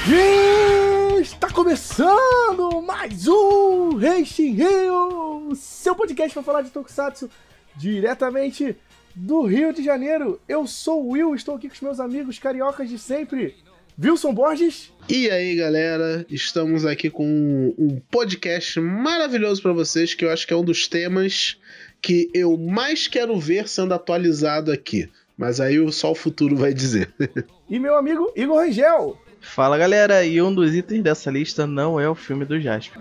E está começando mais um Henshin Rio, seu podcast para falar de Tokusatsu diretamente do Rio de Janeiro. Eu sou o Will, estou aqui com os meus amigos cariocas de sempre, Wilson Borges. E aí, galera, estamos aqui com um podcast maravilhoso para vocês, que eu acho que é um dos temas que eu mais quero ver sendo atualizado aqui. Mas aí só o futuro vai dizer. E meu amigo Igor Rangel. Fala, galera, e um dos itens dessa lista não é o filme do Jasper.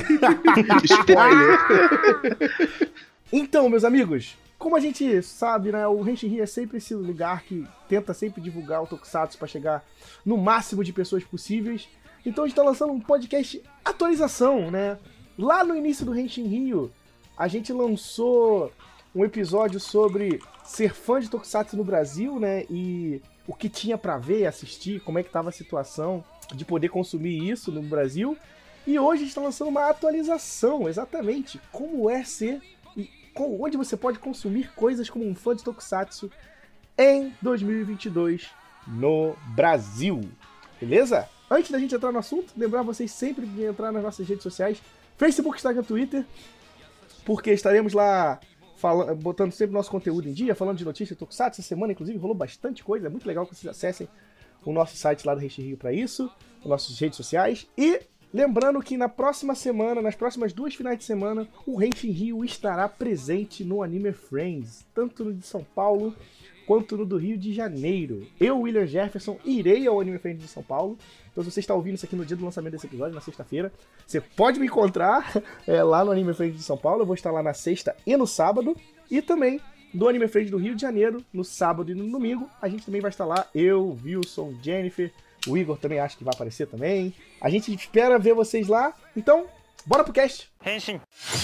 Spoiler! Então, meus amigos, como a gente sabe, né, o Henshin Rio é sempre esse lugar que tenta sempre divulgar o Tokusatsu para chegar no máximo de pessoas possíveis. Então a gente tá lançando um podcast atualização, né? Lá no início do Henshin Rio, a gente lançou um episódio sobre ser fã de Tokusatsu no Brasil, né? E o que tinha pra ver, assistir, como é que tava a situação de poder consumir isso no Brasil. E hoje a gente tá lançando uma atualização, exatamente, como é ser e onde você pode consumir coisas como um fã de Tokusatsu em 2022 no Brasil. Beleza? Antes da gente entrar no assunto, lembrar vocês sempre de entrar nas nossas redes sociais, Facebook, Instagram, Twitter, porque estaremos lá botando sempre nosso conteúdo em dia, falando de notícias de Tokusatsu. Essa semana, inclusive, rolou bastante coisa. É muito legal que vocês acessem o nosso site lá do Henshin Rio para isso, as nossas redes sociais. E lembrando que na próxima semana, nas próximas 2 finais de semana, o Henshin Rio estará presente no Anime Friends, tanto no de São Paulo quanto no do Rio de Janeiro. Eu, William Jefferson, irei ao Anime Friends de São Paulo. Então, se você está ouvindo isso aqui no dia do lançamento desse episódio, na sexta-feira, você pode me encontrar lá no Anime Friends de São Paulo. Eu vou estar lá na sexta e no sábado. E também do Anime Friends do Rio de Janeiro, no sábado e no domingo. A gente também vai estar lá, eu, Wilson, Jennifer, o Igor também acho que vai aparecer também. A gente espera ver vocês lá. Então, bora pro cast! Henshin!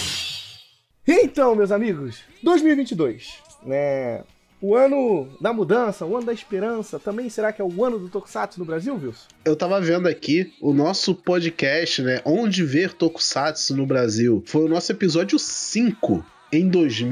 Então, meus amigos, 2022, né? O ano da mudança, o ano da esperança, também será que é o ano do Tokusatsu no Brasil, Wilson? Eu tava vendo aqui o nosso podcast, né? Onde ver Tokusatsu no Brasil. Foi o nosso episódio 5 em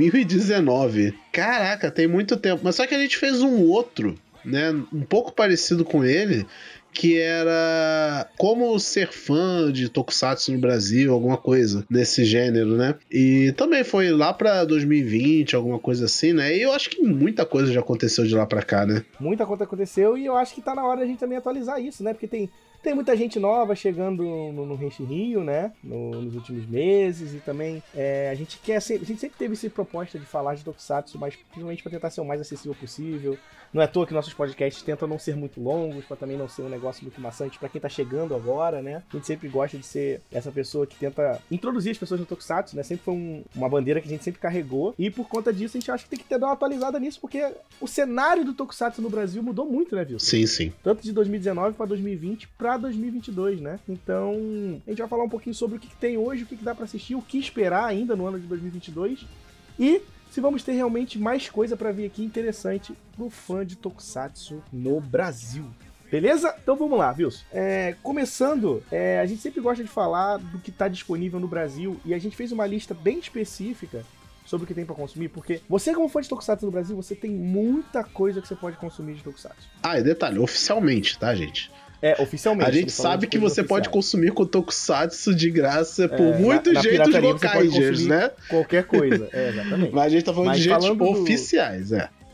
2019. Caraca, tem muito tempo. Mas só que a gente fez um outro, né? Um pouco parecido com ele, que era como ser fã de Tokusatsu no Brasil, alguma coisa nesse gênero, né? E também foi lá pra 2020, alguma coisa assim, né? E eu acho que muita coisa já aconteceu de lá pra cá, né? Muita coisa aconteceu e eu acho que tá na hora da gente também atualizar isso, né? Porque tem muita gente nova chegando no Henshin Rio, né? Nos últimos meses. E também a gente sempre teve essa proposta de falar de Tokusatsu, mas principalmente pra tentar ser o mais acessível possível. Não é à toa que nossos podcasts tentam não ser muito longos, pra também não ser um negócio muito maçante pra quem tá chegando agora, né? A gente sempre gosta de ser essa pessoa que tenta introduzir as pessoas no Tokusatsu, né? Sempre foi uma bandeira que a gente sempre carregou. E por conta disso, a gente acha que tem que dar uma atualizada nisso, porque o cenário do Tokusatsu no Brasil mudou muito, né, Wilson? Sim, sim. Tanto de 2019 pra 2020 pra 2022, né? Então, a gente vai falar um pouquinho sobre o que tem hoje, o que dá pra assistir, o que esperar ainda no ano de 2022. E se vamos ter realmente mais coisa pra vir aqui interessante pro fã de Tokusatsu no Brasil. Beleza? Então vamos lá, Wilson. Começando, a gente sempre gosta de falar do que tá disponível no Brasil e a gente fez uma lista bem específica sobre o que tem pra consumir, porque você como fã de Tokusatsu no Brasil, você tem muita coisa que você pode consumir de Tokusatsu. Ah, e detalhe, oficialmente, tá, gente? Oficialmente. A gente sabe que você pode consumir com Tokusatsu de graça por muitos na jeitos locais, né? Qualquer coisa, exatamente. Mas a gente tá falando de jeitos oficiais,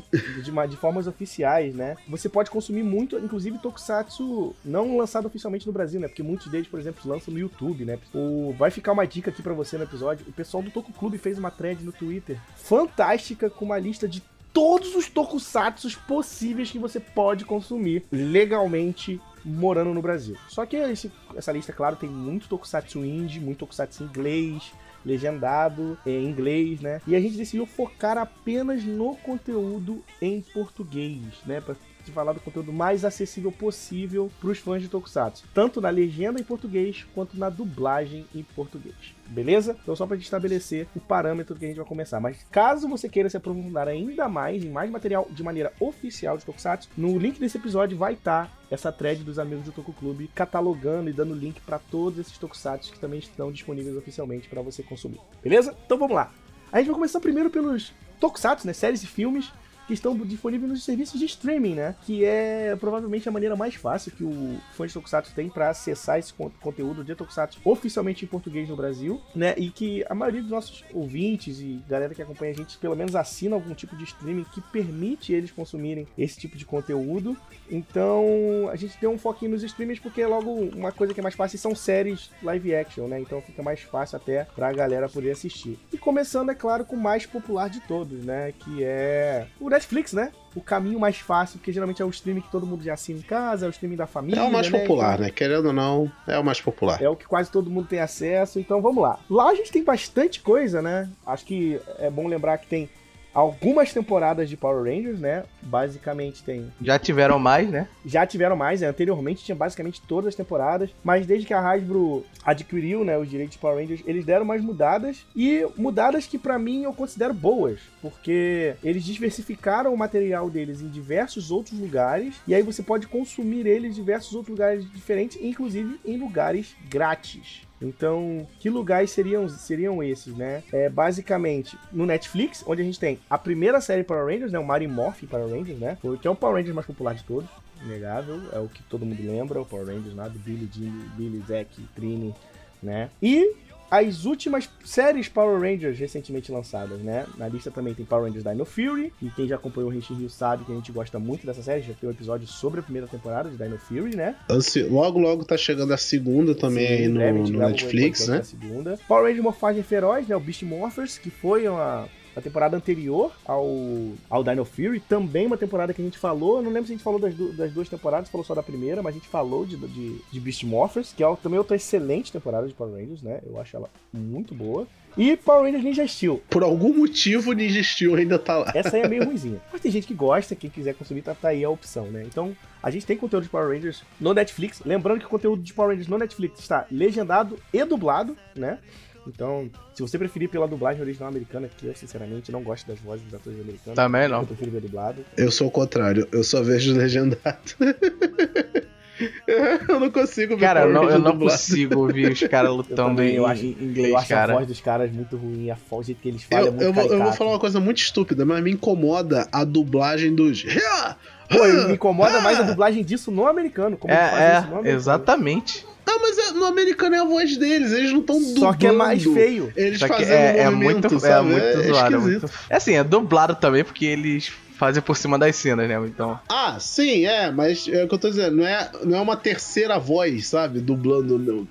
de formas oficiais, né? Você pode consumir muito, inclusive Tokusatsu não lançado oficialmente no Brasil, né? Porque muitos deles, por exemplo, lançam no YouTube, né? Vai ficar uma dica aqui pra você no episódio. O pessoal do Toku Clube fez uma thread no Twitter fantástica com uma lista de todos os Tokusatsus possíveis que você pode consumir legalmente morando no Brasil. Só que essa lista, claro, tem muito Tokusatsu indie, muito Tokusatsu inglês, legendado em inglês, né? E a gente decidiu focar apenas no conteúdo em português, né? Pra te falar do conteúdo mais acessível possível para os fãs de Tokusatsu, tanto na legenda em português quanto na dublagem em português. Beleza? Então só para gente estabelecer o parâmetro que a gente vai começar. Mas caso você queira se aprofundar ainda mais em mais material de maneira oficial de Tokusatsu, no link desse episódio vai estar essa thread dos amigos do Toku Clube catalogando e dando link para todos esses Tokusatsu que também estão disponíveis oficialmente para você consumir. Beleza? Então vamos lá. A gente vai começar primeiro pelos Tokusatsu, né? Séries e filmes que estão disponíveis nos serviços de streaming, né? Que é provavelmente a maneira mais fácil que o fã de Tokusatsu tem para acessar esse conteúdo de Tokusatsu oficialmente em português no Brasil, né? E que a maioria dos nossos ouvintes e galera que acompanha a gente pelo menos assina algum tipo de streaming que permite eles consumirem esse tipo de conteúdo. Então a gente deu um foquinho nos streamings porque é logo uma coisa que é mais fácil são séries live action, né? Então fica mais fácil até pra galera poder assistir. E começando, é claro, com o mais popular de todos, né? Que é o Netflix, né? O caminho mais fácil, porque geralmente é o streaming que todo mundo já assina em casa, é o streaming da família. É o mais popular, então, né? Querendo ou não, é o mais popular. É o que quase todo mundo tem acesso, então vamos lá. Lá a gente tem bastante coisa, né? Acho que é bom lembrar que tem algumas temporadas de Power Rangers, né? Basicamente tem... Já tiveram mais, né? Já tiveram mais, né? Anteriormente tinha basicamente todas as temporadas, mas desde que a Hasbro adquiriu, né, os direitos de Power Rangers, eles deram mais mudadas, e mudadas que pra mim eu considero boas, porque eles diversificaram o material deles em diversos outros lugares, e aí você pode consumir eles em diversos outros lugares diferentes, inclusive em lugares grátis. Então, que lugares seriam esses, né? Basicamente, no Netflix, onde a gente tem a primeira série Power Rangers, né? O Mighty Morphin Power Rangers, né? Que é o Power Rangers mais popular de todos, inegável. É o que todo mundo lembra, o Power Rangers lá do Billy, Jimmy, Billy, Zack, Trini, né? E as últimas séries Power Rangers recentemente lançadas, né? Na lista também tem Power Rangers Dino Fury, e quem já acompanhou o Henshin Ryu sabe que a gente gosta muito dessa série, já tem um episódio sobre a primeira temporada de Dino Fury, né? Logo tá chegando a segunda também. Sim, aí no Netflix, né? Power Rangers Morfagem Feroz, né? O Beast Morphers, que foi a temporada anterior ao Dino Fury, também uma temporada que a gente falou, eu não lembro se a gente falou das duas temporadas, falou só da primeira, mas a gente falou de Beast Morphers, que é também outra excelente temporada de Power Rangers, né? Eu acho ela muito boa. E Power Rangers Ninja Steel. Por algum motivo, Ninja Steel ainda tá lá. Essa aí é meio ruinzinha. Mas tem gente que gosta, quem quiser consumir, tá aí a opção, né? Então, a gente tem conteúdo de Power Rangers no Netflix. Lembrando que o conteúdo de Power Rangers no Netflix está legendado e dublado, né? Então, se você preferir pela dublagem original americana, que eu, sinceramente, não gosto das vozes dos atores americanos. Também não. Eu prefiro ver dublado. Eu sou o contrário. Eu só vejo legendado. Eu não consigo ver. Cara, eu não consigo ouvir os caras lutando em inglês, eu acho cara. A voz dos caras muito ruim, o jeito que eles falam é muito caricato. Eu vou falar uma coisa muito estúpida, mas me incomoda a dublagem dos... Pô, me incomoda mais a dublagem disso no americano. Como eles fazem isso no americano. Exatamente. Ah, mas no americano é a voz deles, eles não estão dublando. Só que é mais feio. Eles fazem movimento, sabe? É muito zoado. É assim, é dublado também, porque eles fazem por cima das cenas, né? Então... Ah, sim, mas é o que eu tô dizendo, não é uma terceira voz, sabe? Dublando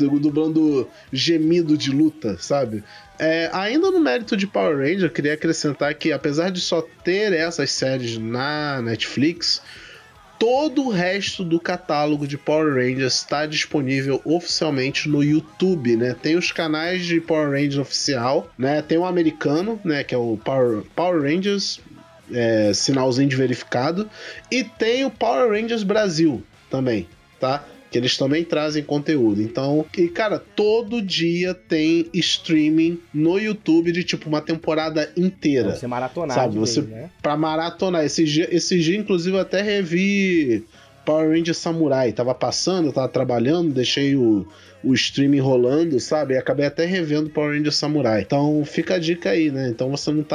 gemido de luta, sabe? Ainda no mérito de Power Rangers, eu queria acrescentar que, apesar de só ter essas séries na Netflix, todo o resto do catálogo de Power Rangers está disponível oficialmente no YouTube, né? Tem os canais de Power Rangers oficial, né? Tem o americano, né? Que é o Power Rangers, sinalzinho de verificado, e tem o Power Rangers Brasil também, tá? Que eles também trazem conteúdo. Então, e cara, todo dia tem streaming no YouTube de tipo uma temporada inteira. Pra você maratonar, sabe? né? Pra maratonar. Esse dia, inclusive, eu até revi Power Rangers Samurai. Tava passando, eu tava trabalhando, deixei o streaming rolando, sabe? E acabei até revendo Power Rangers Samurai. Então fica a dica aí, né? Então você não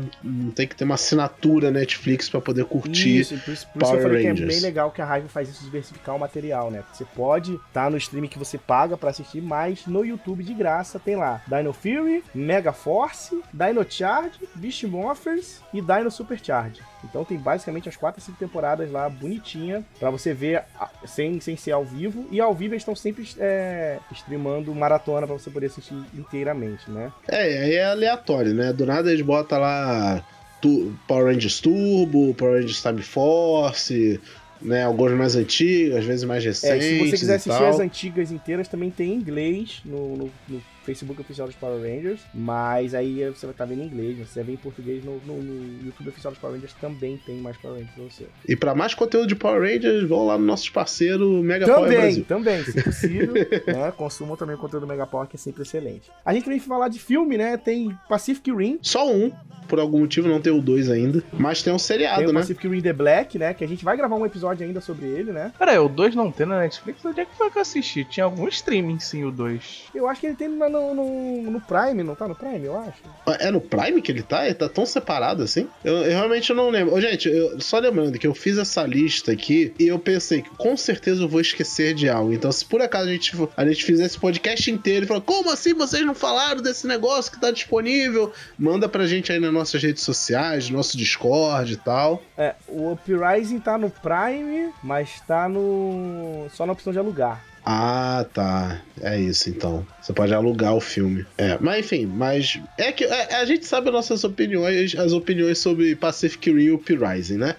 tem que ter uma assinatura Netflix pra poder curtir. Isso, por isso Power eu falei Rangers. que é bem legal que a Hasbro faz isso, diversificar o material, né? Você pode estar no streaming que você paga pra assistir, mas no YouTube de graça tem lá Dino Fury, Mega Force, Dino Charge, Beast Morphers e Dino Supercharge. Então tem basicamente as 4 a 5 temporadas lá, bonitinha, pra você ver sem ser ao vivo. E ao vivo eles estão sempre streamando maratona pra você poder assistir inteiramente, né? Aí é aleatório, né? Do nada eles botam lá Power Rangers Turbo, Power Rangers Time Force, né? Alguns mais antigos, às vezes mais recentes. Se você quiser assistir as antigas inteiras, também tem em inglês no Facebook oficial dos Power Rangers, mas aí você vai estar vendo em inglês, você vai ver em português no YouTube oficial dos Power Rangers, também tem mais Power Rangers pra você. E pra mais conteúdo de Power Rangers, vão lá no nosso parceiro Mega Power Brasil. Também, se possível, né, consumam também o conteúdo do Mega Power, que é sempre excelente. A gente também falar de filme, né, tem Pacific Rim. Só um, por algum motivo não tem o 2 ainda, mas tem um seriado, tem o né? Pacific Rim The Black, né, que a gente vai gravar um episódio ainda sobre ele, né. Pera aí, o 2 não tem na Netflix? Onde é que foi que eu assisti? Tinha algum streaming, sim, o 2. Eu acho que ele tem na no Prime, não tá no Prime, eu acho? É no Prime que ele tá? Ele tá tão separado assim? Eu realmente não lembro. Ô, gente, só lembrando que eu fiz essa lista aqui e eu pensei que com certeza eu vou esquecer de algo. Então, se por acaso a gente fizer esse podcast inteiro e falar, como assim vocês não falaram desse negócio que tá disponível? Manda pra gente aí nas nossas redes sociais, nosso Discord e tal. O Uprising tá no Prime, mas tá só na opção de alugar. Ah, tá. É isso, então. Você pode alugar o filme. Mas enfim, é que a gente sabe as opiniões sobre Pacific Rim e Uprising, né?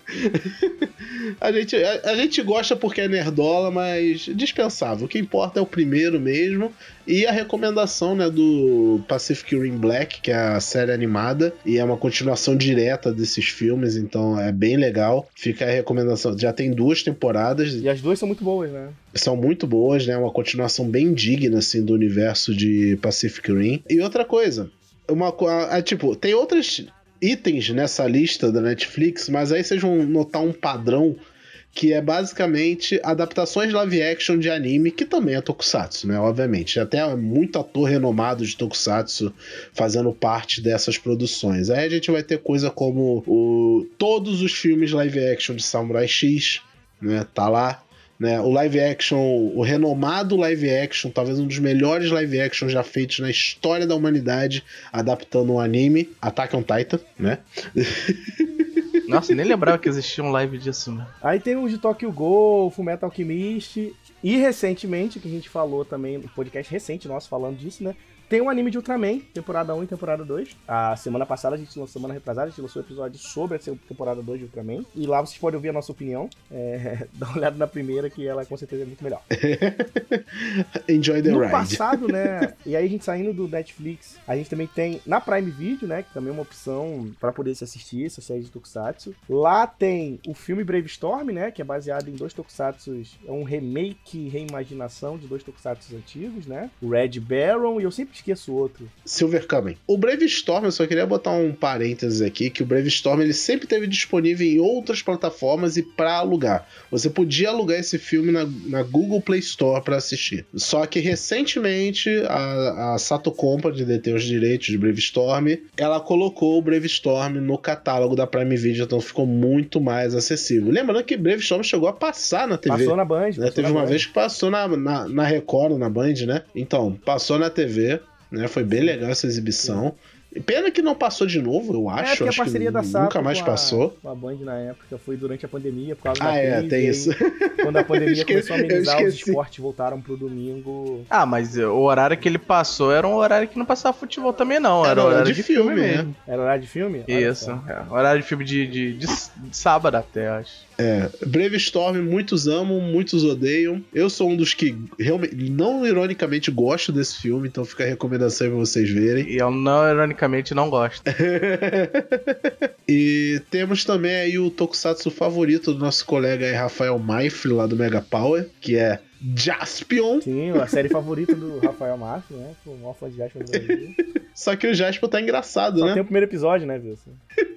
a gente gosta porque é nerdola, mas dispensável. O que importa é o primeiro mesmo. E a recomendação, né, do Pacific Rim Black, que é a série animada, e é uma continuação direta desses filmes, então é bem legal. Fica a recomendação. Já tem 2 temporadas. E as 2 são muito boas, né? São muito boas, né? Uma continuação bem digna, assim, do universo de Pacific Rim. E outra coisa, tipo, tem outros itens nessa lista da Netflix, mas aí vocês vão notar um padrão que é basicamente adaptações live action de anime, que também é tokusatsu, né? Obviamente. Até muito ator renomado de tokusatsu fazendo parte dessas produções. Aí a gente vai ter coisa como todos os filmes live action de Samurai X, né? Tá lá. Né, o live action, o renomado live action, talvez um dos melhores live action já feitos na história da humanidade, adaptando um anime, Attack on Titan, né? Nossa, nem lembrava que existia um live disso, né? Aí tem os de Tokyo Ghoul, Fullmetal Alchemist, e recentemente, que a gente falou também, no podcast recente nosso falando disso, né? Tem um anime de Ultraman, temporada 1 e temporada 2. A semana passada, semana retrasada, a gente lançou um episódio sobre a temporada 2 de Ultraman. E lá vocês podem ouvir a nossa opinião. Dá uma olhada na primeira, que ela com certeza é muito melhor. Enjoy the ride. No passado, né? E aí a gente saindo do Netflix, a gente também tem na Prime Video, né? Que também é uma opção pra poder se assistir, essa série de tokusatsu. Lá tem o filme Brave Storm, né? Que é baseado em 2 tokusatsus. É um remake, reimaginação de 2 tokusatsus antigos, né? O Red Baron e eu sempre esqueço o outro. Silver Kamen. O Brave Storm, eu só queria botar um parênteses aqui, que o Brave Storm ele sempre esteve disponível em outras plataformas e pra alugar. Você podia alugar esse filme na Google Play Store pra assistir. Só que recentemente a Sato Company, detém os direitos de Brave Storm, ela colocou o Brave Storm no catálogo da Prime Video, então ficou muito mais acessível. Lembrando que Brave Storm chegou a passar na TV. Passou na Band. Né? Teve uma vez que passou na Record, na Band, né? Então, passou na TV. Né, foi bem legal essa exibição. Pena que não passou de novo, eu acho. Porque a parceria da Sato nunca mais passou. Com a Band na época foi durante a pandemia, por causa da crise. Tem isso. Quando a pandemia começou a amenizar, os esportes voltaram pro domingo. Ah, mas o horário que ele passou era um horário que não passava futebol também, não. Era horário de filme mesmo. Era horário de filme? Isso. Horário de filme de sábado até, acho. Brave Storm, muitos amam, muitos odeiam. Eu sou um dos que realmente, não ironicamente, gosto desse filme, então fica a recomendação aí pra vocês verem. E eu não ironicamente não gosto. E temos também aí o tokusatsu favorito do nosso colega aí, Rafael Maifre, lá do Mega Power, que é Jaspion. Sim, a série favorita do Rafael Maifre, né? O maior fã de Jaspion do Brasil. Só que o Jaspion tá engraçado, Só né? tem o primeiro episódio, né, Wilson?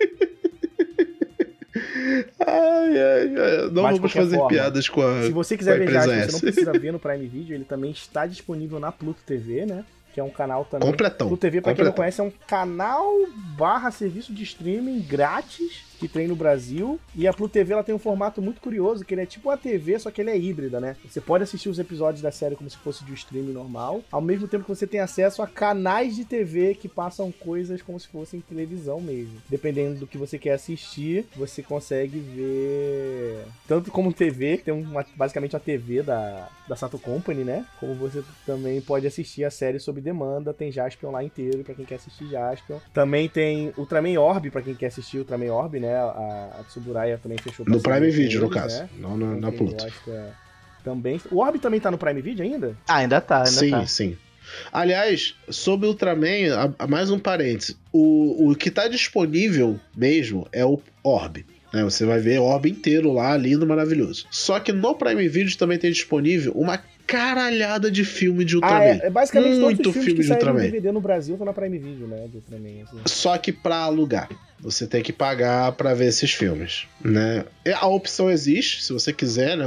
Não vamos fazer piadas com a. Se você quiser ver Jaspion, você não precisa ver no Prime Video, ele também está disponível na Pluto TV, né? Que é um canal também. Completão. Pluto TV, pra quem não conhece, é um canal / serviço de streaming grátis que tem no Brasil. E a Pluto TV ela tem um formato muito curioso, que ele é tipo uma TV, só que ele é híbrida, né? Você pode assistir os episódios da série como se fosse de um streaming normal, ao mesmo tempo que você tem acesso a canais de TV que passam coisas como se fossem televisão mesmo. Dependendo do que você quer assistir, você consegue ver tanto como TV, que tem basicamente a TV da Sato Company, né? Como você também pode assistir a série sob demanda. Tem Jaspion lá inteiro pra quem quer assistir Jaspion. Também tem Ultraman Orb pra quem quer assistir Ultraman Orb, né? A Tsuburaya também fechou no Prime Video, eles, no caso, né? não na Pluto. Também. O Orb também tá no Prime Video ainda? Ainda tá. Sim. Aliás, sobre o Ultraman, mais um parênteses. O que tá disponível mesmo é o Orb. Né? Você vai ver o Orb inteiro lá, lindo, maravilhoso. Só que no Prime Video também tem disponível uma caralhada de filme de Ultraman. Basicamente muito todos os filmes filme que de Ultraman. no DVD no Brasil estão na Prime Video, né? De Ultraman, assim. Só que pra alugar. Você tem que pagar pra ver esses filmes, né? A opção existe, se você quiser, né?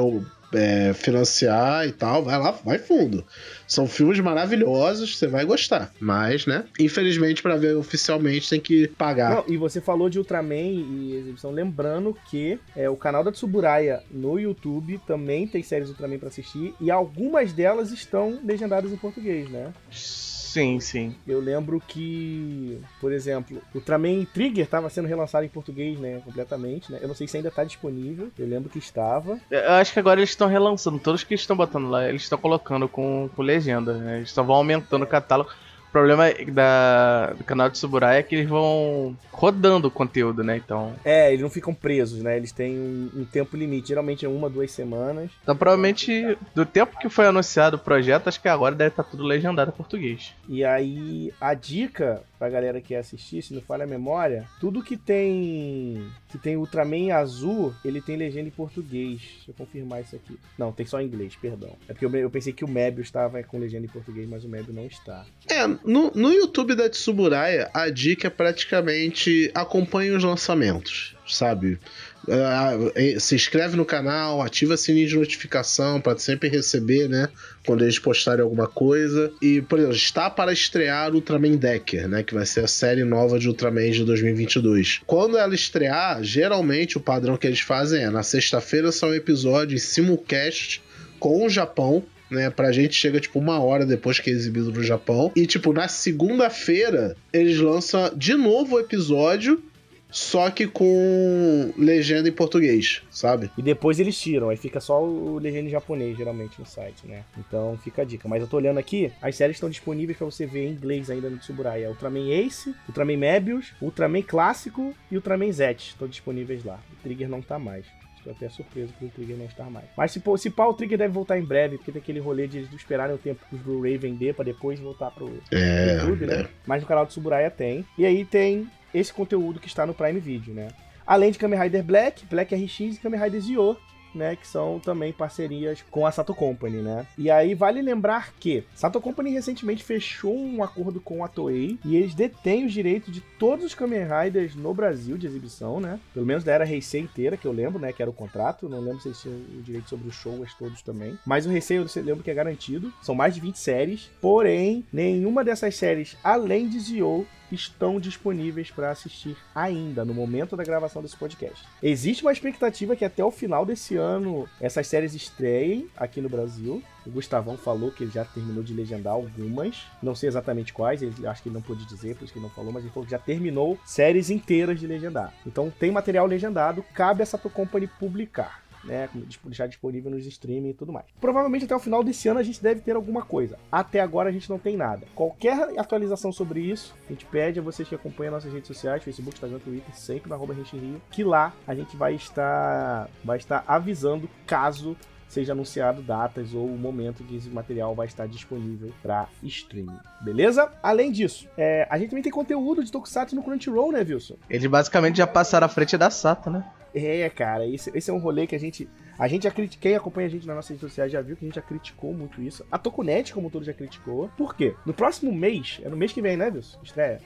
financiar e tal, vai lá, vai fundo. São filmes maravilhosos, você vai gostar. Mas, né, infelizmente, pra ver oficialmente tem que pagar. Não, e você falou de Ultraman e exibição, lembrando que o canal da Tsuburaya no YouTube também tem séries Ultraman pra assistir, e algumas delas estão legendadas em português, né? Sim, sim. Eu lembro que, por exemplo, Ultraman Trigger estava sendo relançado em português, né, completamente, né? Eu não sei se ainda tá disponível, eu lembro que estava. Eu acho que agora eles estão relançando, todos que estão botando lá, eles estão colocando com legenda, né? Eles só vão aumentando o catálogo. O problema do canal de Tsuburaya é que eles vão rodando o conteúdo, né? Então. Eles não ficam presos, né? Eles têm um tempo limite, geralmente é 1 a 2 semanas. Então, provavelmente, do tempo que foi anunciado o projeto, acho que agora deve estar tudo legendado em português. E aí, a dica pra galera que quer assistir, se não falha a memória, tudo que tem Ultraman azul, ele tem legenda em português. Deixa eu confirmar isso aqui. Não, tem só em inglês, perdão. É porque eu pensei que o Mebius estava com legenda em português, mas o Mebius não está. No YouTube da Tsuburaya, a dica é praticamente acompanhe os lançamentos, sabe? Se inscreve no canal, ativa o sininho de notificação para sempre receber, né, quando eles postarem alguma coisa. E, por exemplo, está para estrear Ultraman Decker, né, que vai ser a série nova de Ultraman de 2022. Quando ela estrear, geralmente o padrão que eles fazem na sexta-feira são episódios simulcast com o Japão, né, pra gente chega tipo 1 hora depois que é exibido no Japão, e tipo na segunda-feira eles lançam de novo o episódio, só que com legenda em português, sabe? E depois eles tiram, aí fica só o legenda em japonês, geralmente, no site, né? Então fica a dica. Mas eu tô olhando aqui, as séries estão disponíveis pra você ver em inglês ainda no Tsuburaya. Ultraman Ace, Ultraman Mebius, Ultraman Clássico e Ultraman Z estão disponíveis lá. O Trigger não tá mais. Estou até surpreso por o Trigger não estar mais. Mas se pá, o Trigger deve voltar em breve, porque tem aquele rolê de eles esperarem o tempo que os Blu-ray vender pra depois voltar pro YouTube, né? Mas no canal do Tsuburaya tem. E aí tem esse conteúdo que está no Prime Video, né? Além de Kamen Rider Black, Black RX e Kamen Rider Zio, né, que são também parcerias com a Sato Company, né? E aí vale lembrar que Sato Company recentemente fechou um acordo com a Toei e eles detêm os direitos de todos os Kamen Riders no Brasil de exibição, né? Pelo menos da era Heisei inteira, que eu lembro, né, que era o contrato. Não lembro se eles tinham o direito sobre os shows todos também. Mas o Heisei eu lembro que é garantido. São mais de 20 séries. Porém, nenhuma dessas séries, além de Zio, estão disponíveis para assistir ainda, no momento da gravação desse podcast. Existe uma expectativa que até o final desse ano essas séries estreiem aqui no Brasil. O Gustavão falou que ele já terminou de legendar algumas, não sei exatamente quais, acho que ele não pôde dizer, por isso que ele não falou, mas ele falou que já terminou séries inteiras de legendar. Então tem material legendado, cabe a Sato Company publicar, né, deixar disponível nos streaming e tudo mais. Provavelmente até o final desse ano a gente deve ter alguma coisa. Até agora a gente não tem nada. Qualquer atualização sobre isso, a gente pede a vocês que acompanham nossas redes sociais, Facebook, Instagram, Twitter, sempre no @Henshin, que lá a gente vai estar avisando caso seja anunciado datas ou o momento que esse material vai estar disponível para streaming, beleza? Além disso, a gente também tem conteúdo de Tokusatsu no Crunchyroll, né, Wilson? Eles basicamente já passaram à frente da Sato, né? Cara, esse é um rolê que a gente já criticou, quem acompanha a gente nas nossas redes sociais já viu que a gente já criticou muito isso. A Tokunet, como todo, já criticou. Por quê? No próximo mês, é no mês que vem, né, Wilson? Estreia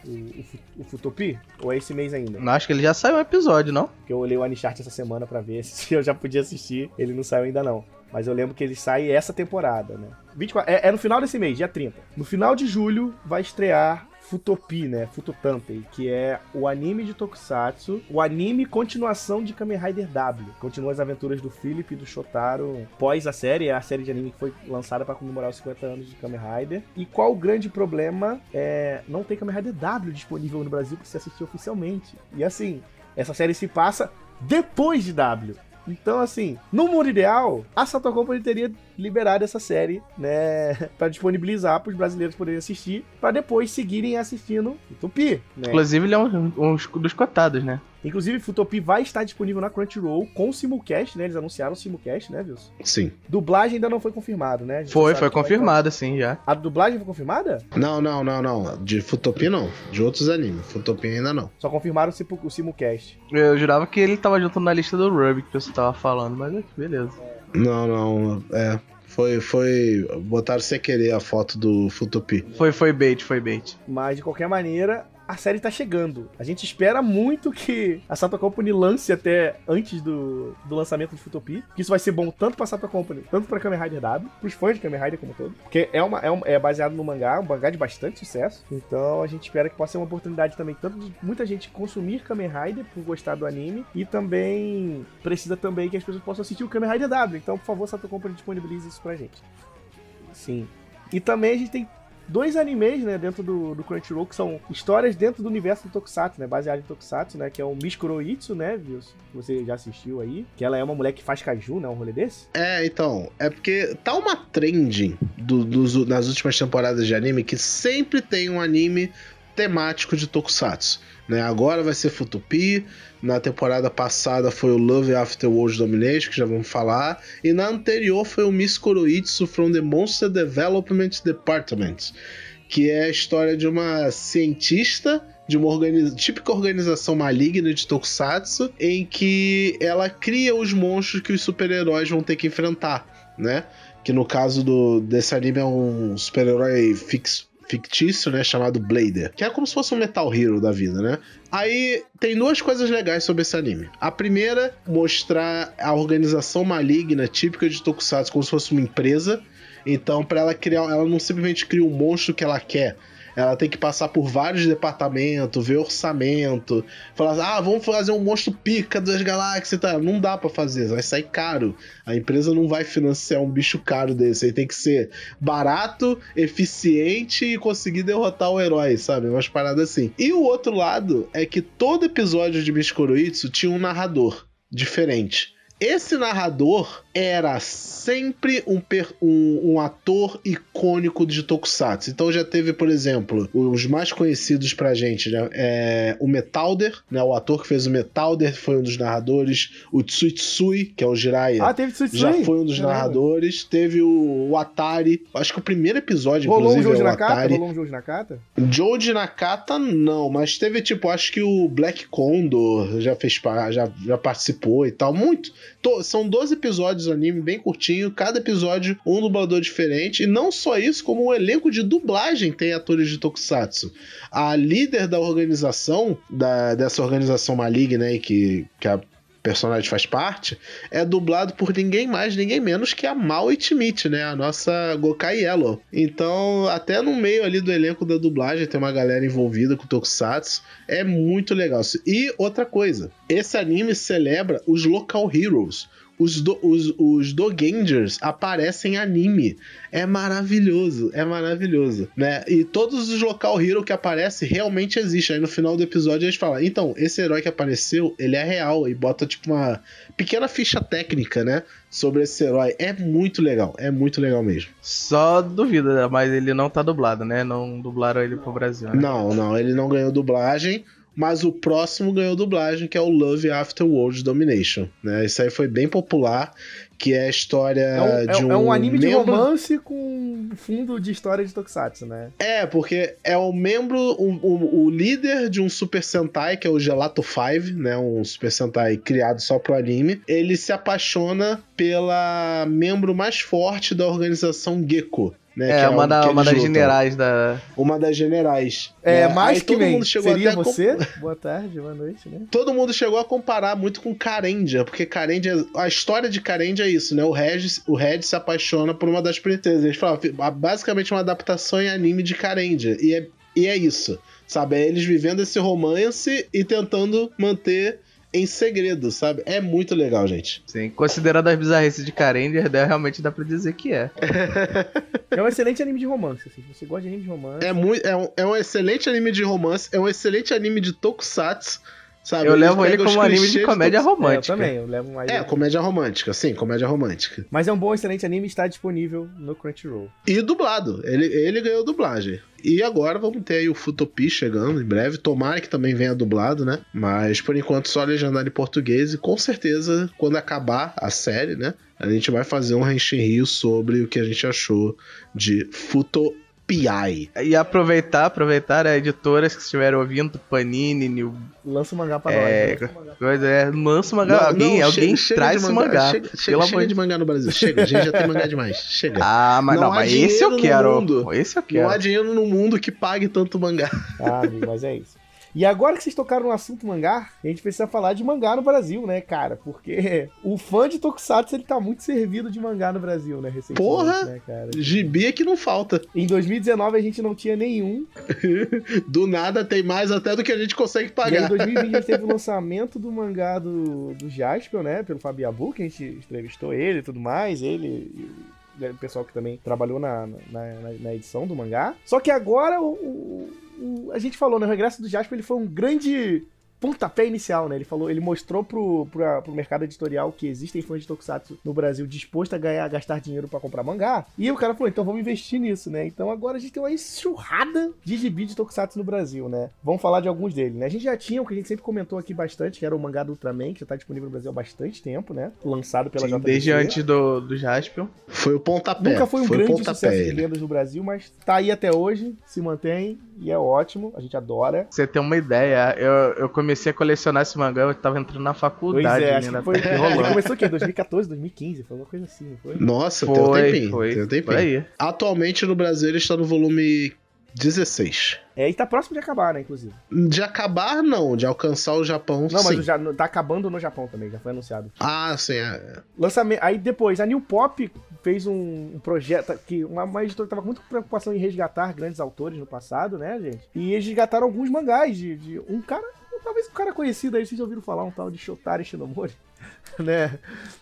o Futopi? Ou é esse mês ainda? Não, acho que ele já saiu um episódio, não? Porque eu olhei o Anichart essa semana pra ver se eu já podia assistir. Ele não saiu ainda não. Mas eu lembro que ele sai essa temporada, né? 24, é no final desse mês, dia 30. No final de julho vai estrear Futopi, né? Futotantei, que é o anime de Tokusatsu, o anime continuação de Kamen Rider W. Continua as aventuras do Philip e do Shotaro pós a série, é a série de anime que foi lançada para comemorar os 50 anos de Kamen Rider. E qual o grande problema? Não tem Kamen Rider W disponível no Brasil para se assistir oficialmente. E assim, essa série se passa depois de W. Então, assim, no mundo ideal, a Sato Company teria liberado essa série, né, para disponibilizar para os brasileiros poderem assistir, para depois seguirem assistindo Futopi, né? Inclusive, ele é um dos cotados, né? Inclusive, Futopi vai estar disponível na Crunchyroll com simulcast, né? Eles anunciaram o simulcast, né, Wilson? Sim. Dublagem ainda não foi confirmado, né? Foi confirmada, sim, já. A dublagem foi confirmada? Não. De Futopi não. De outros animes. Futopi ainda não. Só confirmaram o simulcast. Eu jurava que ele tava junto na lista do Ruby que você tava falando, mas beleza. Não. Botaram sem querer a foto do Futopi. Foi bait. Mas, de qualquer maneira, a série tá chegando. A gente espera muito que a Sato Company lance até antes do lançamento de Futopia, que isso vai ser bom tanto pra Sato Company, tanto pra Kamen Rider W, pros fãs de Kamen Rider como todo, porque é baseado no mangá, um mangá de bastante sucesso, então a gente espera que possa ser uma oportunidade também, tanto de muita gente consumir Kamen Rider por gostar do anime, e também precisa também que as pessoas possam assistir o Kamen Rider W, então por favor, Sato Company disponibilize isso pra gente. Sim. E também a gente tem 2 animes, né, dentro do Crunchyroll, que são histórias dentro do universo do Tokusatsu, né, baseado em Tokusatsu, né, que é o Mishkuro Itsu, né, viu? Você já assistiu aí, que ela é uma mulher que faz caju, né, um rolê desse? Então, é porque tá uma trend nas últimas temporadas de anime que sempre tem um anime temático de Tokusatsu, né, agora vai ser Futopia, na temporada passada foi o Love After World Domination, que já vamos falar, e na anterior foi o Mishkuro Itsu from the Monster Development Department, que é a história de uma cientista de uma típica organização maligna de Tokusatsu, em que ela cria os monstros que os super-heróis vão ter que enfrentar, né? Que no caso desse anime é um super-herói fictício, né, chamado Blader, que é como se fosse um Metal Hero da vida, né? Aí tem 2 coisas legais sobre esse anime. A primeira, mostrar a organização maligna típica de Tokusatsu como se fosse uma empresa. Então, para ela criar, ela não simplesmente cria um monstro que ela quer. Ela tem que passar por vários departamentos, ver orçamento, falar, vamos fazer um monstro pica das galáxias e tal. Não dá pra fazer, vai sair caro. A empresa não vai financiar um bicho caro desse. Aí tem que ser barato, eficiente e conseguir derrotar o herói, sabe? Umas paradas assim. E o outro lado é que todo episódio de Mishkuro Itsu tinha um narrador diferente. Esse narrador era sempre um ator icônico de Tokusatsu. Então já teve, por exemplo, os mais conhecidos pra gente, né? O Metalder, né? O ator que fez o Metalder foi um dos narradores. O Tsuitsui, que é o Jiraiya, teve Tsuitsui? Já foi um dos narradores. Teve o Atari. Acho que o primeiro episódio, inclusive, rolou é o Nakata? Atari. Rolou um Joe de Nakata? Joe Nakata, não. Mas teve, tipo, acho que o Black Condor já participou e tal. Muito. São 12 episódios do anime, bem curtinho, cada episódio um dublador diferente, e não só isso, como o elenco de dublagem tem atores de Tokusatsu. A líder da organização, dessa organização maligna aí que a personagem faz parte, é dublado por ninguém mais, ninguém menos que a Mao Itimichi, né? A nossa Gokai Yellow. Então, até no meio ali do elenco da dublagem tem uma galera envolvida com Tokusatsu. É muito legal. E outra coisa, esse anime celebra os Local Heroes. Os Dogangers aparecem em anime. É maravilhoso, né? E todos os Local Hero que aparecem realmente existem. Aí no final do episódio eles falam, então, esse herói que apareceu, ele é real. E bota tipo uma pequena ficha técnica, né? Sobre esse herói. É muito legal mesmo. Só duvida, mas ele não tá dublado, né? Não dublaram ele pro Brasil, né? Não, ele não ganhou dublagem. Mas o próximo ganhou dublagem, que é o Love After World Domination, né? Isso aí foi bem popular, que é a história de um... É um anime de romance com fundo de história de Tokusatsu, né? Porque é o o líder de um Super Sentai, que é o Gelato 5, né? Um Super Sentai criado só pro anime. Ele se apaixona pela membro mais forte da organização Gekko. Né, uma das generais da... Uma das generais. Mais que nem. Seria até você? Boa tarde, boa noite, né? Todo mundo chegou a comparar muito com Karendia, porque Karendia... A história de Karendia é isso, né? O Red se apaixona por uma das princesas. Eles falam, basicamente uma adaptação em anime de Karendia. E é isso, sabe? É eles vivendo esse romance e tentando manter em segredo, sabe? É muito legal, gente. Sim, considerando as bizarrices de Karendia, realmente dá pra dizer que é. É um excelente anime de romance, assim. Se você gosta de anime de romance... É um excelente anime de romance, é um excelente anime de Tokusatsu, sabe? Eu levo ele como anime de comédia romântica. Eu também, eu levo mais... comédia romântica, sim, comédia romântica. Mas é um bom, excelente anime e está disponível no Crunchyroll. E dublado, ele ganhou dublagem. E agora vamos ter aí o Futopia chegando em breve. Tomara que também venha dublado, né? Mas por enquanto só legendado em português. E com certeza, quando acabar a série, né? A gente vai fazer um Henshin Rio sobre o que a gente achou de Futopia. PI. E aproveitar, editoras que estiverem ouvindo, Panini, New... Lança o mangá pra nós. Lança o mangá. Alguém traz esse mangá. Chega de mangá no Brasil. Chega, a gente já tem mangá demais. Chega. Mas esse eu quero. Esse eu quero. Não há dinheiro no mundo que pague tanto mangá. Amigo, mas é isso. E agora que vocês tocaram no assunto mangá, a gente precisa falar de mangá no Brasil, né, cara? Porque o fã de Tokusatsu, ele tá muito servido de mangá no Brasil, né, recentemente. Porra! Né, cara? Gibi é que não falta. Em 2019 a gente não tinha nenhum. Do nada tem mais até do que a gente consegue pagar. E aí, em 2020 a gente teve o lançamento do mangá do Jaspion, né, pelo Fabiabu, que a gente entrevistou ele e tudo mais, ele... o pessoal que também trabalhou na edição do mangá. Só que agora a gente falou, né? O regresso do Jasper, ele foi um grande pontapé inicial, né? Ele mostrou pro mercado editorial que existem fãs de Tokusatsu no Brasil dispostos a gastar dinheiro pra comprar mangá. E o cara falou, então vamos investir nisso, né? Então agora a gente tem uma enxurrada de gibi de Tokusatsu no Brasil, né? Vamos falar de alguns deles, né? A gente já tinha o que a gente sempre comentou aqui bastante, que era o mangá do Ultraman, que já tá disponível no Brasil há bastante tempo, né? Lançado pela JBC. Desde antes do Jaspion. Foi o pontapé. Nunca foi um grande sucesso de vendas no Brasil, mas tá aí até hoje, se mantém e é ótimo, a gente adora. Pra você ter uma ideia, eu comecei a colecionar esse mangá, eu tava entrando na faculdade. Pois é, acho que foi. Ele começou o quê? 2014, 2015? Foi uma coisa assim, não foi? Nossa, tem um tempinho. Foi. Por aí. Atualmente no Brasil ele está no volume 16. E tá próximo de acabar, né, inclusive. De acabar, não. De alcançar o Japão, não, sim. Mas já tá acabando no Japão também, já foi anunciado. Ah, sim. Lançamento. Aí depois, a New Pop fez um projeto que uma editora que tava com muita preocupação em resgatar grandes autores no passado, né, gente? E eles resgataram alguns mangás de um cara, talvez um cara conhecido aí, vocês já ouviram falar, um tal de Shotaro Shinomori, né?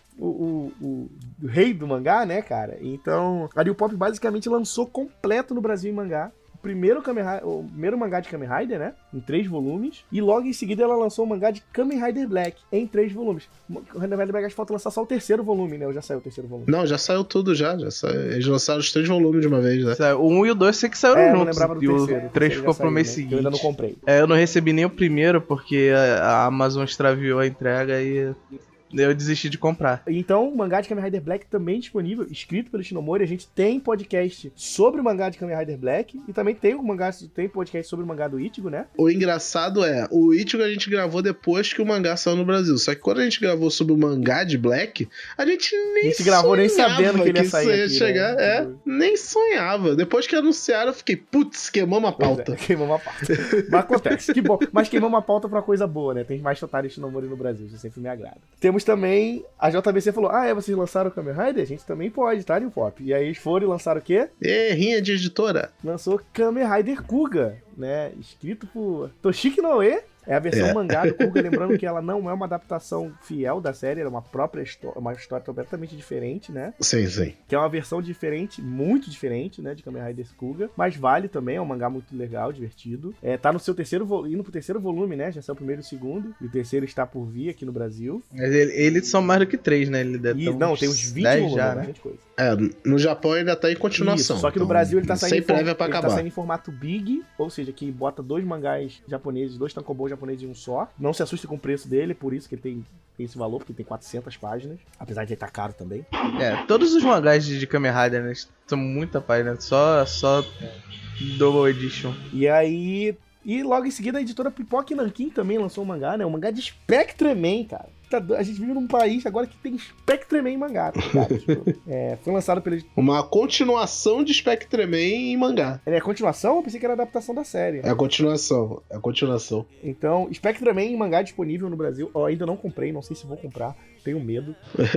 O rei do mangá, né, cara? Então, a New Pop basicamente lançou completo no Brasil em mangá. O primeiro mangá de Kamen Rider, né? Em 3 volumes. E logo em seguida ela lançou o mangá de Kamen Rider Black em 3 volumes. O Kamen Rider Black falta lançar só o 3º volume, né? Ou já saiu o 3º volume? Não, já saiu tudo já. Eles lançaram os 3 volumes de uma vez, né? O 1 e o 2 sei que saíram juntos. Eu não lembrava do terceiro. O 3 ficou pro mês né? seguinte. Eu ainda não comprei. Eu não recebi nem o primeiro, porque a Amazon extraviou a entrega e eu desisti de comprar. Então, o mangá de Kamen Rider Black também disponível, escrito pelo Shinomori. A gente tem podcast sobre o mangá de Kamen Rider Black e também tem podcast sobre o mangá do Ichigo, né? O engraçado o Ichigo a gente gravou depois que o mangá saiu no Brasil. Só que quando a gente gravou sobre o mangá de Black, a gente gravou nem sabendo que ele ia sair ia aqui, chegar. né? Nem sonhava. Depois que anunciaram, eu fiquei, putz, queimamos a pauta. Queimamos a pauta. Mas acontece, que bom. Mas queimamos a pauta pra coisa boa, né? Tem mais Shotaro Shinomori no Brasil, isso sempre me agrada. Temos também, a JBC falou, vocês lançaram o Kamen Rider? A gente também pode, tá, New Pop? E aí eles foram e lançaram o quê? Rinha de editora. Lançou Kamen Rider Kuga, né? Escrito por Toshiki Noe. É a versão mangá do Kuga, lembrando que ela não é uma adaptação fiel da série, ela é uma própria história, uma história completamente diferente, né? Sim, sim. Que é uma versão diferente, muito diferente, né, de Kamen Rider Kuga, mas vale também, é um mangá muito legal, divertido. Tá no seu indo pro 3º volume, né? Já saiu o 1º e o 2º, e o 3º está por vir aqui no Brasil. Mas eles são mais do que 3, né? Ele não, tem uns 20 volumes, já, né? Coisa. No Japão ainda tá em continuação. Isso, só que no Brasil ele tá saindo tá saindo em formato big, ou seja, que bota 2 mangás japoneses, 2 tankobon japoneses em um só. Não se assuste com o preço dele, por isso que ele tem esse valor, porque tem 400 páginas, apesar de ele estar caro também. Todos os mangás de Kamen Rider, né, são muita página, só Double Edition. E aí... E logo em seguida a editora Pipoca Nankin também lançou um mangá, né? Um mangá de Spectreman, cara. A gente vive num país agora que tem Spectreman em mangá, tá ligado? Foi lançado pela... Uma continuação de Spectreman em mangá. É a continuação? Eu pensei que era a adaptação da série. É a continuação. Então, Spectreman em mangá disponível no Brasil. Eu ainda não comprei, não sei se vou comprar. Tenho medo.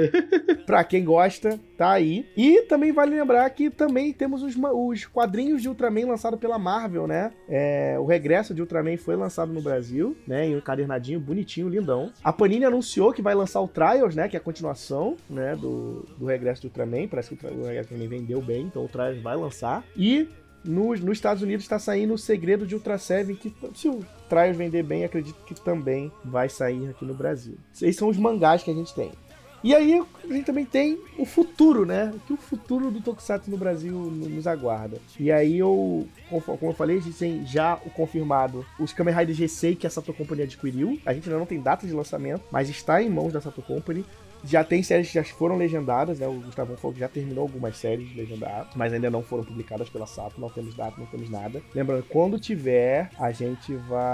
Pra quem gosta, tá aí. E também vale lembrar que também temos os quadrinhos de Ultraman lançados pela Marvel, né? O regresso de Ultraman foi lançado no Brasil, né? Em um encadernadinho bonitinho, lindão. A Panini anunciou que vai lançar o Trials, né? Que é a continuação, né? Do regresso de Ultraman. Parece que o regresso também vendeu bem, então o Trials vai lançar. E nos Estados Unidos está saindo o Segredo de Ultra Seven, que se o Trials vender bem, acredito que também vai sair aqui no Brasil. Esses são os mangás que a gente tem. E aí a gente também tem o futuro, né? Que o futuro do Tokusatsu no Brasil nos aguarda. E aí como eu falei, a gente tem já o confirmado os Kamen Rider G6 que a Sato Company adquiriu. A gente ainda não tem data de lançamento, mas está em mãos da Sato Company. Já tem séries que já foram legendadas, né? O Gustavão falou que já terminou algumas séries legendadas, mas ainda não foram publicadas pela Sato, não temos data, não temos nada. Lembrando, quando tiver, a gente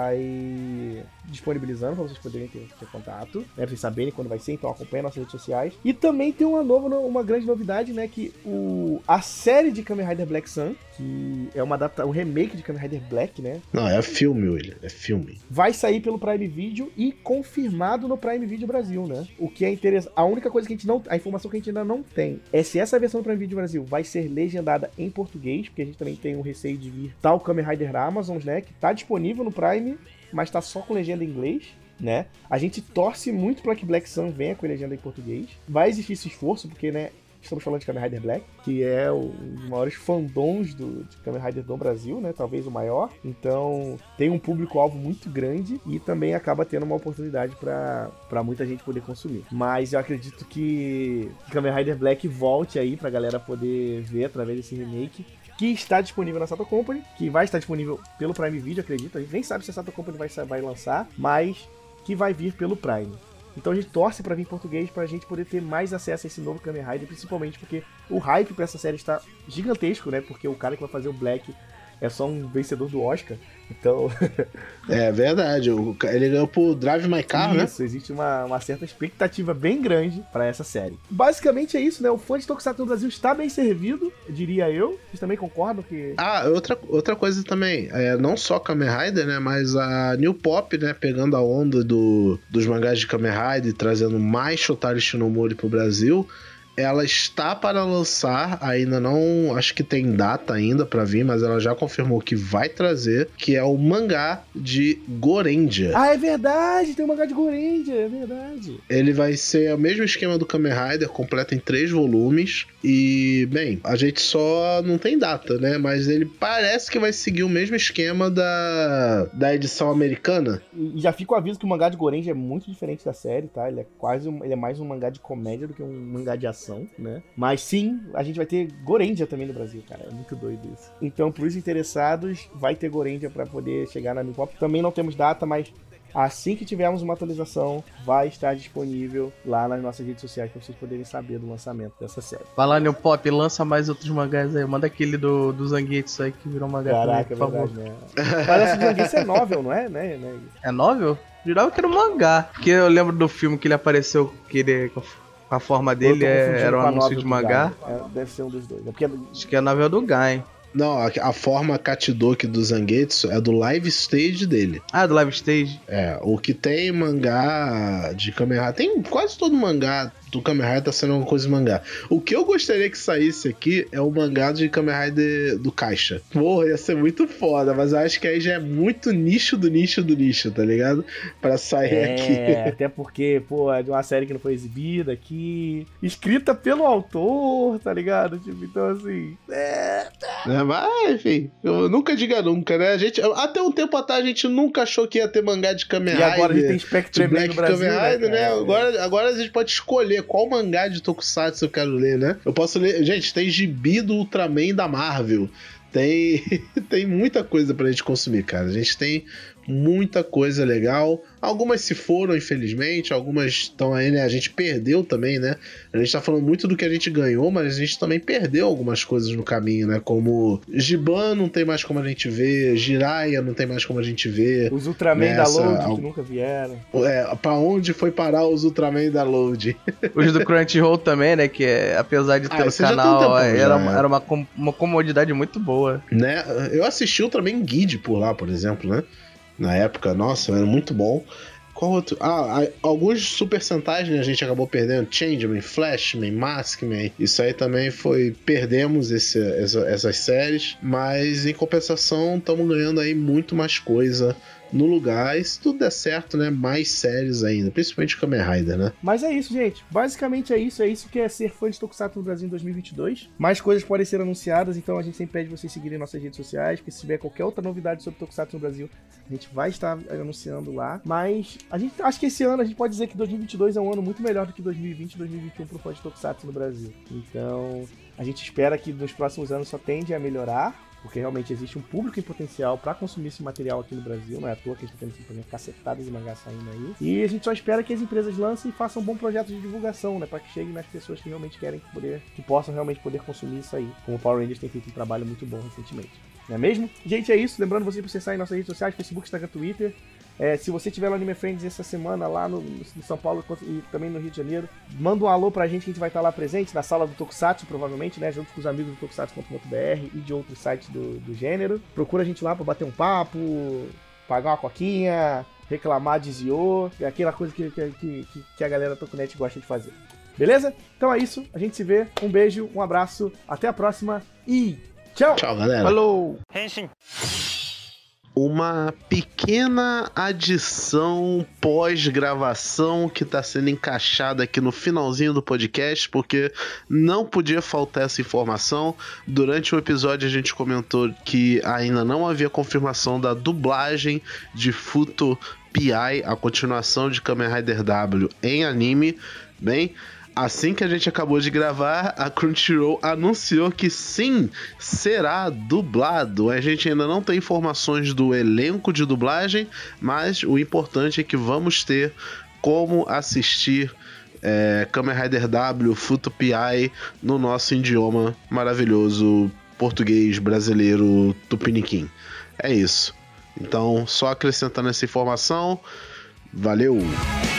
vai disponibilizando pra vocês poderem ter contato, né? Pra vocês saberem quando vai ser, então acompanhem nossas redes sociais. E também tem uma grande novidade, né? Que a série de Kamen Rider Black Sun, que é um remake de Kamen Rider Black, né? Não, é filme, William, é filme. Vai sair pelo Prime Video e confirmado no Prime Video Brasil, né? O que é interessante. A única coisa que a gente não. A informação que a gente ainda não tem é se essa versão do Prime Video Brasil vai ser legendada em português, porque a gente também tem um receio de vir tal Kamen Rider Amazon, né? Que tá disponível no Prime, mas tá só com legenda em inglês, né? A gente torce muito para que Black Sun venha com legenda em português. Vai existir esse esforço, porque, né? Estamos falando de Kamen Rider Black, que é um dos maiores fandoms de Kamen Rider do Brasil, né? Talvez o maior. Então, tem um público-alvo muito grande e também acaba tendo uma oportunidade para muita gente poder consumir. Mas eu acredito que Kamen Rider Black volte aí pra galera poder ver através desse remake, que está disponível na Sato Company, que vai estar disponível pelo Prime Video, acredito. A gente nem sabe se a Sato Company vai lançar, mas que vai vir pelo Prime. Então a gente torce pra vir em português pra gente poder ter mais acesso a esse novo Kamen Rider, principalmente porque o hype pra essa série está gigantesco, né? Porque o cara que vai fazer o Black é só um vencedor do Oscar, então... É verdade, ele ganhou por Drive My Car, né? Isso, existe uma certa expectativa bem grande pra essa série. Basicamente é isso, né? O fã de Tokusatsu no Brasil está bem servido, diria eu. Vocês também concordam que... Ah, outra coisa também, não só Kamen Rider, né? Mas a New Pop, né? Pegando a onda dos mangás de Kamen Rider e trazendo mais Shotaro Shinomori pro Brasil... Ela está para lançar, ainda não, acho que tem data ainda para vir, mas ela já confirmou que vai trazer, que é o mangá de Gorendia. Ah, é verdade, tem um mangá de Gorendia, é verdade. Ele vai ser o mesmo esquema do Kamen Rider, completo em 3 volumes, e, bem, a gente só não tem data, né, mas ele parece que vai seguir o mesmo esquema da edição americana. E já fica o aviso que o mangá de Gorendia é muito diferente da série, tá? Ele é mais um mangá de comédia do que um mangá de ação, né? Mas sim, a gente vai ter Gorendia também no Brasil, cara. É muito doido isso. Então, para os interessados, vai ter Gorendia para poder chegar na New Pop. Também não temos data, mas assim que tivermos uma atualização, vai estar disponível lá nas nossas redes sociais para vocês poderem saber do lançamento dessa série. Vai lá, New Pop, lança mais outros mangás aí. Manda aquele do Zangetsu aí que virou mangá. Caraca, também, é verdade, né? Parece que o Zangetsu é novel, não é? É novel? Jurava que era um mangá. Porque eu lembro do filme que ele apareceu, que ele... A forma dele era um anúncio de mangá. Deve ser um dos dois. É porque... Acho que é a novel do Gain. Não, a forma Katidoki do Zangetsu é do live stage dele. Ah, do live stage? É, o que tem mangá de Kamen Rider, tem quase todo mangá do Kamen Rider tá sendo uma coisa de mangá. O que eu gostaria que saísse aqui é o mangá de Kamen Rider do Caixa. Porra, ia ser muito foda, mas eu acho que aí já é muito nicho do nicho do nicho, tá ligado? Pra sair aqui. É, até porque, pô, é de uma série que não foi exibida aqui, escrita pelo autor, tá ligado? Tipo, então assim... Mas, enfim, eu nunca diga nunca, né? Até um tempo atrás a gente nunca achou que ia ter mangá de Kamen Rider. E agora a gente tem Spectre Black no Brasil, Kamen Rider, né? É. Agora a gente pode escolher qual mangá de Tokusatsu eu quero ler, né? Eu posso ler... Gente, tem gibi do Ultraman da Marvel. Tem muita coisa pra gente consumir, cara. A gente tem muita coisa legal. Algumas se foram, infelizmente. Algumas estão aí, né? A gente perdeu também, né? A gente tá falando muito do que a gente ganhou, mas a gente também perdeu algumas coisas no caminho, né? Como Giban não tem mais como a gente ver, Jiraiya não tem mais como a gente ver. Os Ultraman da Load, que nunca vieram. Pra onde foi parar os Ultraman da Load? Os do Crunchyroll também, né? Que apesar de ter o canal, era uma comodidade muito boa. Né? Eu assisti Ultraman Guide por lá, por exemplo, né? Na época, nossa, era muito bom. Qual outro? Alguns Super Sentais, né, a gente acabou perdendo. Changeman, Flashman, Maskman. Isso aí também foi... Perdemos essas séries. Mas, em compensação, estamos ganhando aí muito mais coisa no lugar. E se tudo der certo, né? Mais séries ainda. Principalmente Kamen Rider, né? Mas é isso, gente. Basicamente é isso. É isso que é ser fã de Tokusatsu no Brasil em 2022. Mais coisas podem ser anunciadas. Então a gente sempre pede vocês seguirem nossas redes sociais. Porque se tiver qualquer outra novidade sobre Tokusatsu no Brasil, a gente vai estar anunciando lá. Mas a gente acho que esse ano a gente pode dizer que 2022 é um ano muito melhor do que 2020 e 2021 pro fã de Tokusatsu no Brasil. Então... a gente espera que nos próximos anos só tende a melhorar. porque realmente existe um público em potencial para consumir esse material aqui no Brasil, não é à toa que a gente tem cacetadas de mangá saindo aí. E a gente só espera que as empresas lancem e façam um bom projeto de divulgação, né, para que chegue nas pessoas que realmente querem que possam realmente poder consumir isso aí, como o Power Rangers tem feito um trabalho muito bom recentemente. Não é mesmo? Gente, é isso. Lembrando vocês para acessarem nossas redes sociais, Facebook, Instagram, Twitter. Se você tiver no Anime Friends essa semana lá no São Paulo e também no Rio de Janeiro, manda um alô pra gente que a gente vai estar lá presente na sala do Tokusatsu, provavelmente, né? Junto com os amigos do Tokusatsu.br e de outros sites do gênero. Procura a gente lá pra bater um papo, pagar uma coquinha, reclamar de Zio, aquela coisa que a galera Tokunet gosta de fazer. Beleza? Então é isso. A gente se vê. Um beijo, um abraço, até a próxima e tchau! Tchau, galera. Falou! Henshin. Uma pequena adição pós-gravação que está sendo encaixada aqui no finalzinho do podcast, porque não podia faltar essa informação. Durante o episódio a gente comentou que ainda não havia confirmação da dublagem de Futo Pi, a continuação de Kamen Rider W em anime. Bem, assim que a gente acabou de gravar, a Crunchyroll anunciou que sim, será dublado. A gente ainda não tem informações do elenco de dublagem, mas o importante é que vamos ter como assistir Kamen Rider W, Futo Pi no nosso idioma maravilhoso, português, brasileiro, tupiniquim. É isso. Então, só acrescentando essa informação, valeu!